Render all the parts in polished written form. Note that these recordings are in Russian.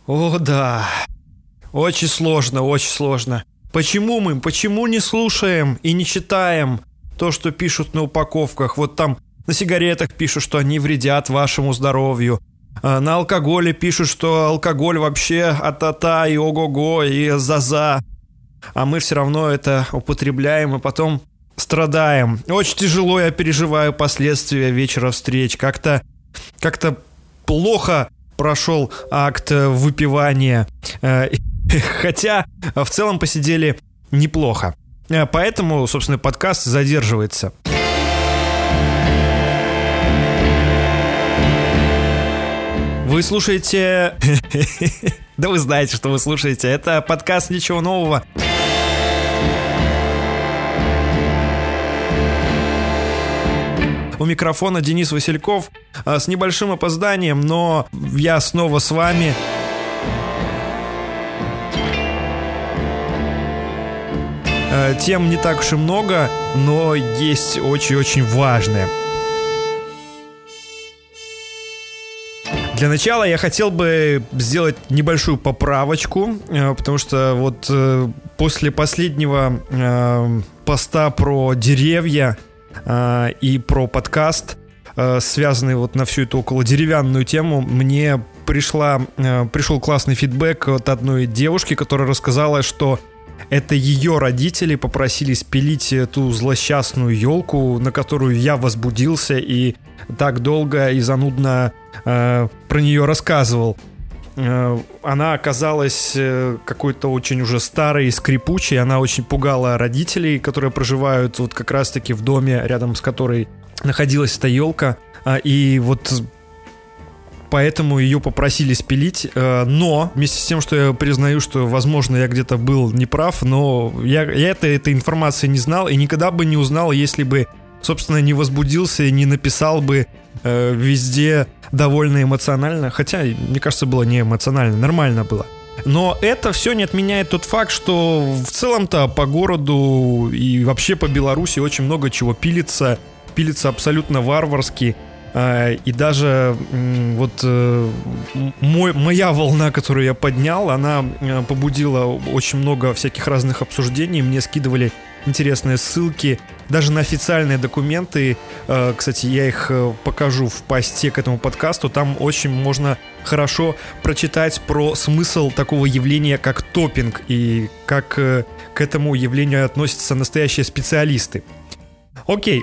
О, да. Очень сложно, очень сложно. Почему не слушаем и не читаем то, что пишут на упаковках? Вот там на сигаретах пишут, что они вредят вашему здоровью. На алкоголе пишут, что алкоголь вообще а-та-та и ого-го и за-за. А мы все равно это употребляем и потом страдаем. Очень тяжело я переживаю последствия вечера встреч. Как-то плохо прошел акт выпивания. Хотя в целом посидели неплохо. Поэтому, собственно, подкаст задерживается. Вы слушаете... Да вы знаете, что вы слушаете. Это подкаст «Ничего нового». У микрофона Денис Васильков. С небольшим опозданием, но я снова с вами. Тем не так уж и много, но есть очень-очень важное. Для начала я хотел бы сделать небольшую поправочку, потому что вот после последнего поста про деревья и про подкаст, связанный вот на всю эту околодеревянную тему, мне пришел классный фидбэк от одной девушки, которая рассказала, что это ее родители попросили спилить эту злосчастную елку, на которую я возбудился и так долго и занудно про нее рассказывал. Она оказалась какой-то очень уже старой и скрипучей. Она очень пугала родителей, которые проживают вот как раз-таки в доме, рядом с которой находилась эта елка. И вот поэтому ее попросили спилить. Но вместе с тем, что я признаю, что, возможно, я где-то был неправ, но я этой информации не знал и никогда бы не узнал, если бы, собственно, не возбудился и не написал бы везде довольно эмоционально. Хотя, мне кажется, было не эмоционально, нормально было. Но это все не отменяет тот факт, что в целом-то по городу и вообще по Беларуси очень много чего пилится абсолютно варварски. И даже вот моя волна, которую я поднял, она побудила очень много всяких разных обсуждений. Мне скидывали интересные ссылки даже на официальные документы. Кстати, я их покажу в посте к этому подкасту. Там очень можно хорошо прочитать про смысл такого явления, как топинг, и как к этому явлению относятся настоящие специалисты. Окей.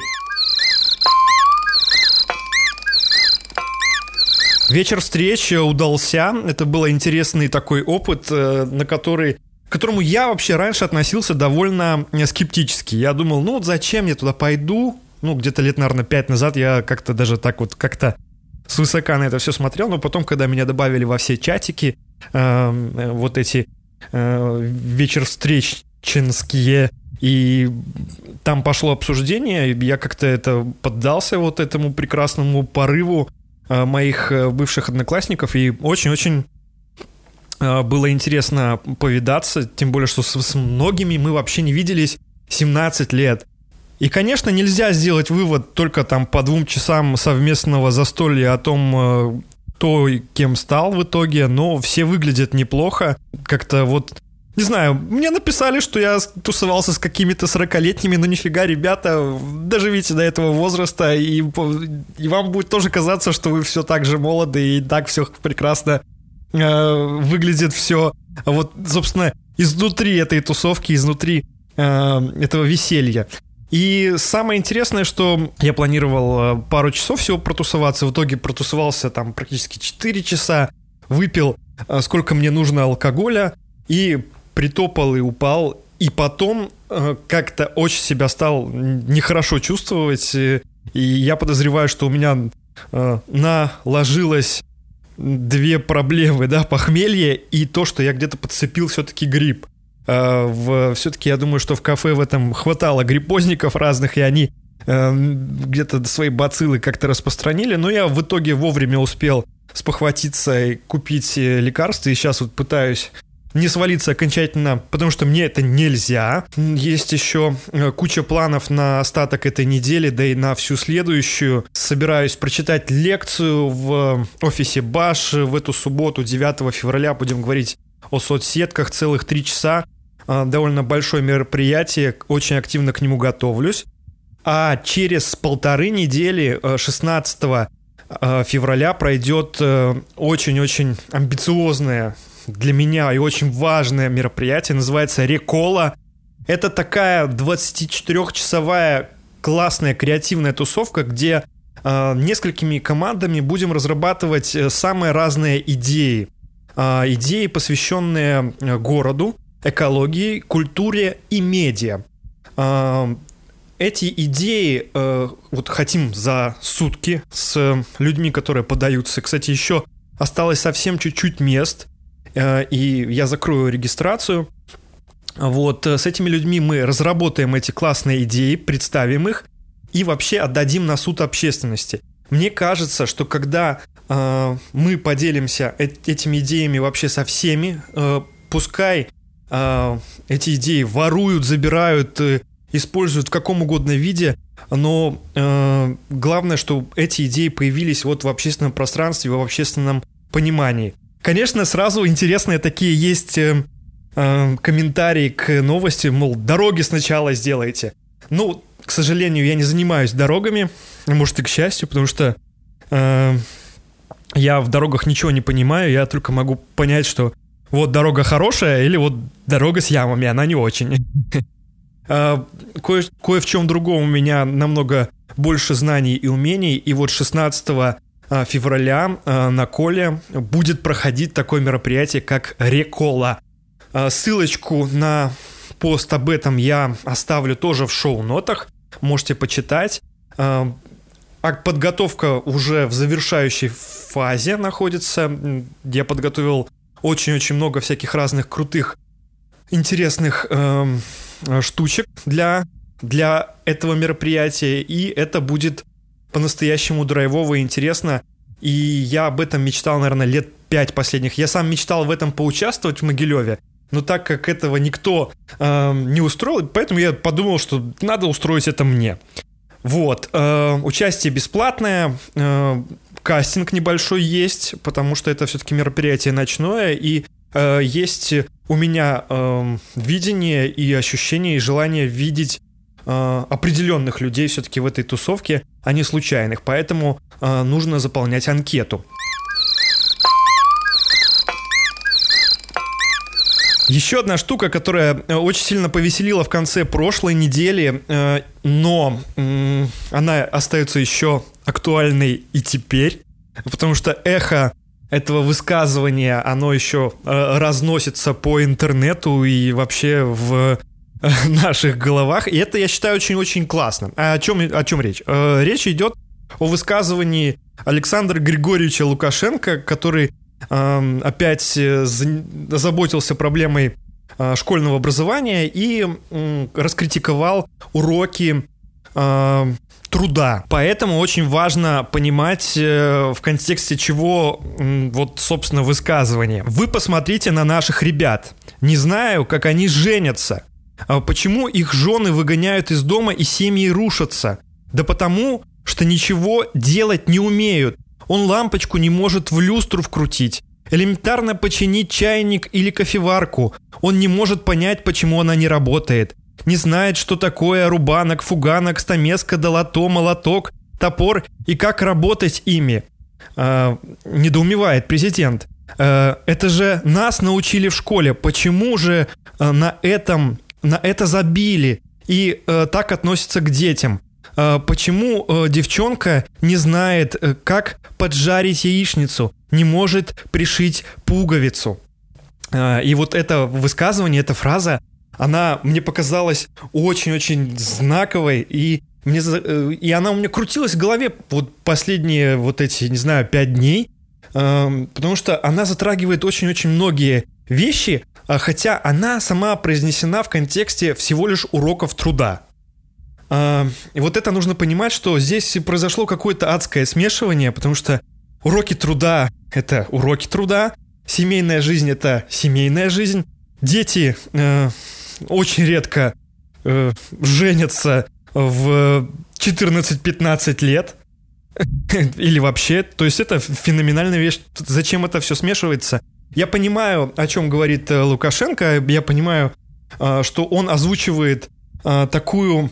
Вечер встреч удался. Это был интересный такой опыт, к которому я вообще раньше относился довольно скептически. Я думал, ну вот зачем я туда пойду? Ну, где-то лет, наверное, 5 назад я как-то даже так вот как-то свысока на это все смотрел. Но потом, когда меня добавили во все чатики, вот эти вечер встреченские, и там пошло обсуждение, я как-то поддался вот этому прекрасному порыву моих бывших одноклассников, и очень-очень было интересно повидаться, тем более, что с многими мы вообще не виделись 17 лет. И, конечно, нельзя сделать вывод только там по 2 часам совместного застолья о том, кто кем стал в итоге, но все выглядят неплохо. Как-то вот, не знаю, мне написали, что я тусовался с какими-то 40-летними, но нифига, ребята, доживите до этого возраста, и вам будет тоже казаться, что вы все так же молоды, и так все прекрасно выглядит все, вот, собственно, изнутри этой тусовки, изнутри этого веселья. И самое интересное, что я планировал пару часов всего протусоваться, в итоге протусовался там практически 4 часа, выпил сколько мне нужно алкоголя, и притопал и упал, и потом как-то очень себя стал нехорошо чувствовать, и я подозреваю, что у меня наложилось 2 проблемы, да, похмелье и то, что я где-то подцепил все-таки грипп. Все-таки я думаю, что в кафе в этом хватало гриппозников разных, и они где-то свои бациллы как-то распространили, но я в итоге вовремя успел спохватиться и купить лекарства, и сейчас вот пытаюсь не свалиться окончательно, потому что мне это нельзя. Есть еще куча планов на остаток этой недели, да и на всю следующую. Собираюсь прочитать лекцию в офисе Баш в эту субботу, 9 февраля. Будем говорить о соцсетках целых 3 часа. Довольно большое мероприятие, очень активно к нему готовлюсь. А через 1,5 недели, 16 февраля, пройдет очень-очень амбициозное для меня и очень важное мероприятие, называется «Рекола». Это такая 24-часовая классная креативная тусовка, где несколькими командами будем разрабатывать самые разные идеи. Идеи, посвященные городу, экологии, культуре и медиа. Эти идеи вот хотим за сутки с людьми, которые подаются. Кстати, еще осталось совсем чуть-чуть мест, и я закрою регистрацию. Вот с этими людьми мы разработаем эти классные идеи, представим их и вообще отдадим на суд общественности. Мне кажется, что когда мы поделимся этими идеями вообще со всеми, пускай эти идеи воруют, забирают, используют в каком угодно виде, но главное, что эти идеи появились вот в общественном пространстве, в общественном понимании. Конечно, сразу интересные такие есть комментарии к новости, мол, дороги сначала сделайте. Ну, к сожалению, я не занимаюсь дорогами, может и к счастью, потому что я в дорогах ничего не понимаю, я только могу понять, что вот дорога хорошая или вот дорога с ямами, она не очень. Кое в чем другом у меня намного больше знаний и умений, и вот 16 февраля на Коле будет проходить такое мероприятие, как Рекола. Ссылочку на пост об этом я оставлю тоже в шоу-нотах, можете почитать. Подготовка уже в завершающей фазе находится. Я подготовил очень-очень много всяких разных крутых, интересных штучек для этого мероприятия, и это будет по-настоящему драйвово и интересно. И я об этом мечтал, наверное, лет 5 последних. Я сам мечтал в этом поучаствовать в Могилеве, но так как этого никто не устроил, поэтому я подумал, что надо устроить это мне. Вот. Участие бесплатное, кастинг небольшой есть, потому что это все-таки мероприятие ночное, и есть у меня видение и ощущение, и желание видеть определенных людей все-таки в этой тусовке, а не случайных. Поэтому нужно заполнять анкету. Еще одна штука, которая очень сильно повеселила в конце прошлой недели, но она остается еще актуальной и теперь, потому что эхо этого высказывания, оно еще разносится по интернету и вообще в наших головах, и это, я считаю, очень-очень классно. А о чем речь? Речь идет о высказывании Александра Григорьевича Лукашенко, который опять озаботился проблемой школьного образования и раскритиковал уроки труда. Поэтому очень важно понимать, в контексте чего вот, собственно, высказывание. Вы посмотрите на наших ребят. Не знаю, как они женятся. Почему их жены выгоняют из дома и семьи рушатся? Да потому, что ничего делать не умеют. Он лампочку не может в люстру вкрутить, элементарно починить чайник или кофеварку. Он не может понять, почему она не работает. Не знает, что такое рубанок, фуганок, стамеска, долото, молоток, топор и как работать ими. Недоумевает президент. Это же нас научили в школе. Почему же на это забили и так относятся к детям? Почему девчонка не знает, как поджарить яичницу, не может пришить пуговицу? И вот это высказывание, эта фраза, она мне показалась очень-очень знаковой, и она у меня крутилась в голове вот последние вот эти, не знаю, 5 дней, потому что она затрагивает очень-очень многие вещи, хотя она сама произнесена в контексте всего лишь уроков труда. И вот это нужно понимать, что здесь произошло какое-то адское смешивание, потому что уроки труда — это уроки труда, семейная жизнь — это семейная жизнь. Дети очень редко женятся в 14-15 лет. Или вообще. То есть это феноменальная вещь. Зачем это все смешивается? Я понимаю, о чем говорит Лукашенко. Я понимаю, что он озвучивает такую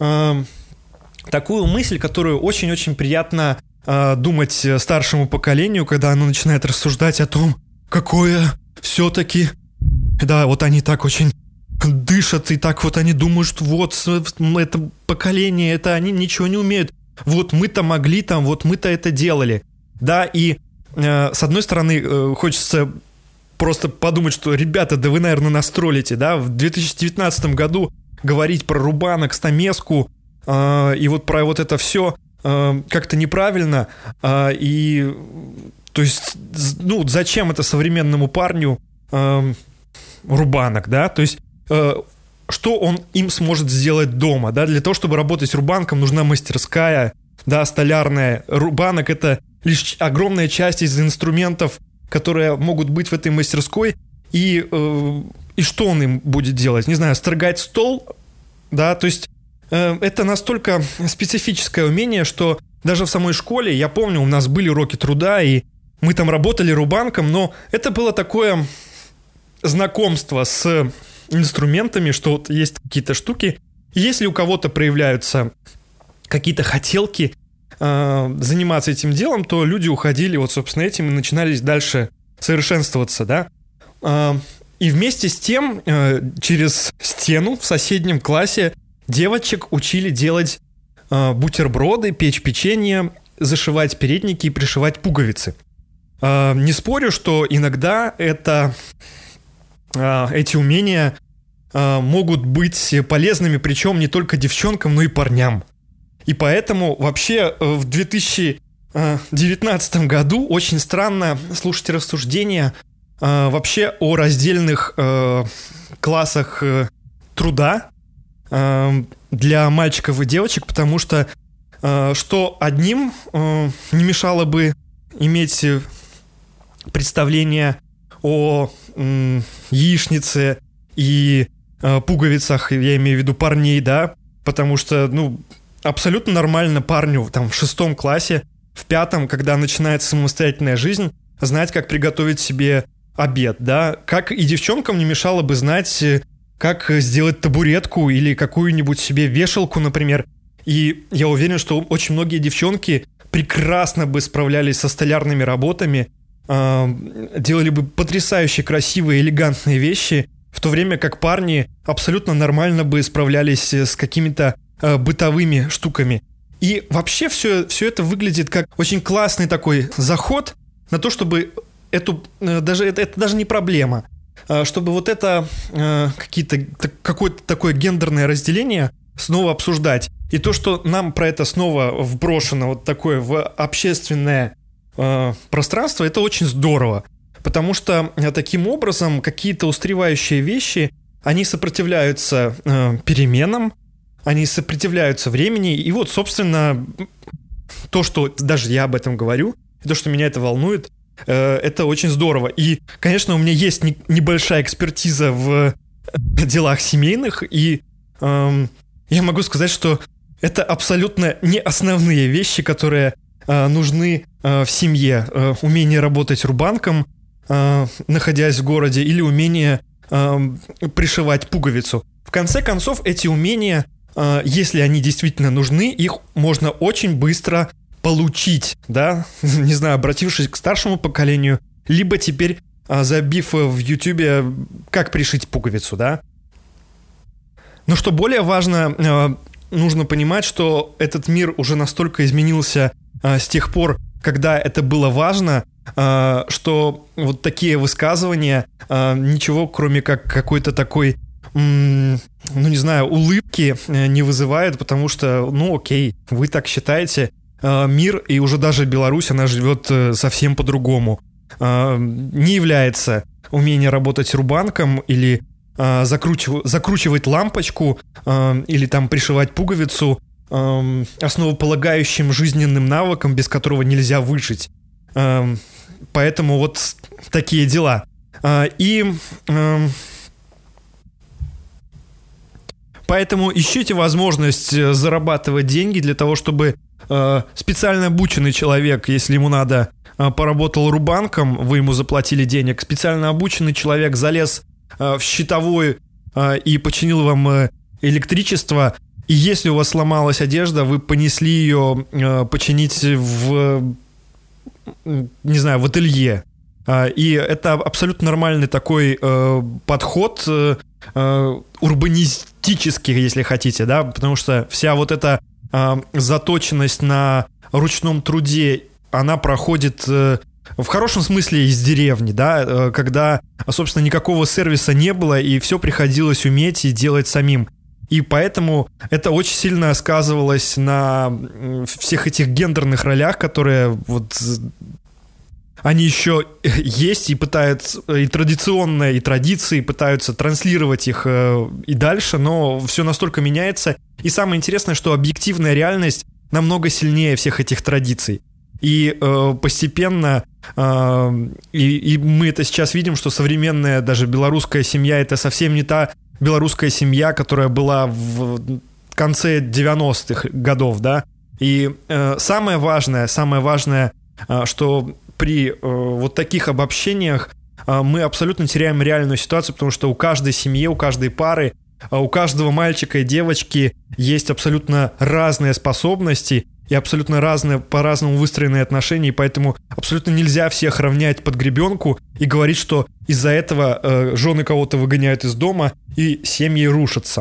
мысль, которую очень-очень приятно думать старшему поколению, когда оно начинает рассуждать о том, какое все-таки... Да, вот они так очень дышат, и так вот они думают, что вот это поколение, это они ничего не умеют. Вот мы-то могли там, вот мы-то это делали. Да, и с одной стороны хочется просто подумать, что, ребята, да вы, наверное, нас троллите, да, в 2019 году говорить про Рубанок, Стамеску и вот про вот это все как-то неправильно. И, то есть, ну, зачем это современному парню Рубанок, да, то есть... Что он им сможет сделать дома, да? Для того, чтобы работать рубанком, нужна мастерская, да, столярная. Рубанок — это лишь огромная часть из инструментов, которые могут быть в этой мастерской. И что он им будет делать? Не знаю, строгать стол, да? То есть это настолько специфическое умение, что даже в самой школе, я помню, у нас были уроки труда, и мы там работали рубанком, но это было такое знакомство с инструментами, что вот есть какие-то штуки. Если у кого-то проявляются какие-то хотелки заниматься этим делом, то люди уходили вот, собственно, этим и начинались дальше совершенствоваться, да. И вместе с тем через стену в соседнем классе девочек учили делать бутерброды, печь печенье, зашивать передники и пришивать пуговицы. Не спорю, что иногда эти умения могут быть полезными, причем не только девчонкам, но и парням. И поэтому вообще в 2019 году очень странно слушать рассуждения вообще о раздельных классах труда для мальчиков и девочек, потому что одним не мешало бы иметь представление о яичнице и пуговицах, я имею в виду парней, да, потому что, ну, абсолютно нормально парню там в 6 классе, в 5, когда начинается самостоятельная жизнь, знать, как приготовить себе обед, да, как и девчонкам не мешало бы знать, как сделать табуретку или какую-нибудь себе вешалку, например. И я уверен, что очень многие девчонки прекрасно бы справлялись со столярными работами, делали бы потрясающе красивые, элегантные вещи, в то время как парни абсолютно нормально бы справлялись с какими-то бытовыми штуками. И вообще все это выглядит как очень классный такой заход на то, чтобы это даже не проблема, чтобы вот это какое-то такое гендерное разделение снова обсуждать. И то, что нам про это снова вброшено вот такое в общественное пространство, это очень здорово, потому что таким образом какие-то устаревающие вещи, они сопротивляются переменам, они сопротивляются времени, и вот, собственно, то, что даже я об этом говорю, и то, что меня это волнует, это очень здорово. И, конечно, у меня есть небольшая экспертиза в делах семейных, и я могу сказать, что это абсолютно не основные вещи, которые нужны в семье. Умение работать рубанком, находясь в городе, или умение пришивать пуговицу. В конце концов, эти умения, если они действительно нужны, их можно очень быстро получить, да, не знаю, обратившись к старшему поколению, либо теперь забив в Ютубе, как пришить пуговицу, да. Но что более важно, нужно понимать, что этот мир уже настолько изменился с тех пор, когда это было важно, что вот такие высказывания ничего, кроме как какой-то такой, ну не знаю, улыбки не вызывают, потому что, ну окей, вы так считаете, мир и уже даже Беларусь, она живет совсем по-другому. Не является умение работать рубанком или закручивать лампочку или там пришивать пуговицу основополагающим жизненным навыком, без которого нельзя выжить. поэтому вот такие дела. Поэтому ищите возможность зарабатывать деньги для того, чтобы специально обученный человек, если ему надо, поработал рубанком, вы ему заплатили денег, специально обученный человек залез в щитовую и починил вам электричество, и если у вас сломалась одежда, вы понесли ее починить в ателье. И это абсолютно нормальный такой подход, урбанистический, если хотите, да, потому что вся вот эта заточенность на ручном труде, она проходит в хорошем смысле из деревни, да, когда, собственно, никакого сервиса не было, и все приходилось уметь и делать самим. И поэтому это очень сильно сказывалось на всех этих гендерных ролях, которые вот... Они еще есть и пытаются, и традиционные, и традиции пытаются транслировать их и дальше, но все настолько меняется. И самое интересное, что объективная реальность намного сильнее всех этих традиций. И постепенно, и мы это сейчас видим, что современная даже белорусская семья — это совсем не та белорусская семья, которая была в конце 90-х годов, да. И самое важное, что при вот таких обобщениях мы абсолютно теряем реальную ситуацию, потому что у каждой семьи, у каждой пары, у каждого мальчика и девочки есть абсолютно разные способности и абсолютно разные, по-разному выстроенные отношения, и поэтому абсолютно нельзя всех равнять под гребенку и говорить, что из-за этого жены кого-то выгоняют из дома и семьи рушатся.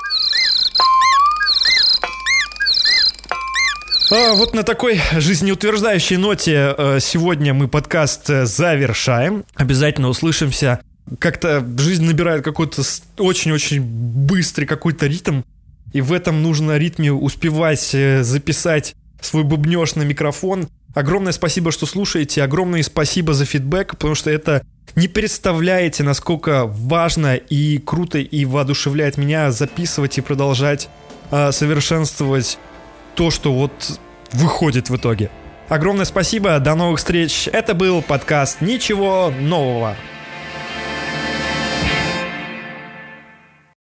Вот на такой жизнеутверждающей ноте сегодня мы подкаст завершаем. Обязательно услышимся. Как-то жизнь набирает какой-то очень-очень быстрый какой-то ритм, и в этом нужно ритме успевать записать свой бубнёж на микрофон. Огромное спасибо, что слушаете, огромное спасибо за фидбэк, потому что это не представляете, насколько важно и круто и воодушевляет меня записывать и продолжать совершенствовать то, что вот выходит в итоге. Огромное спасибо, до новых встреч. Это был подкаст «Ничего нового».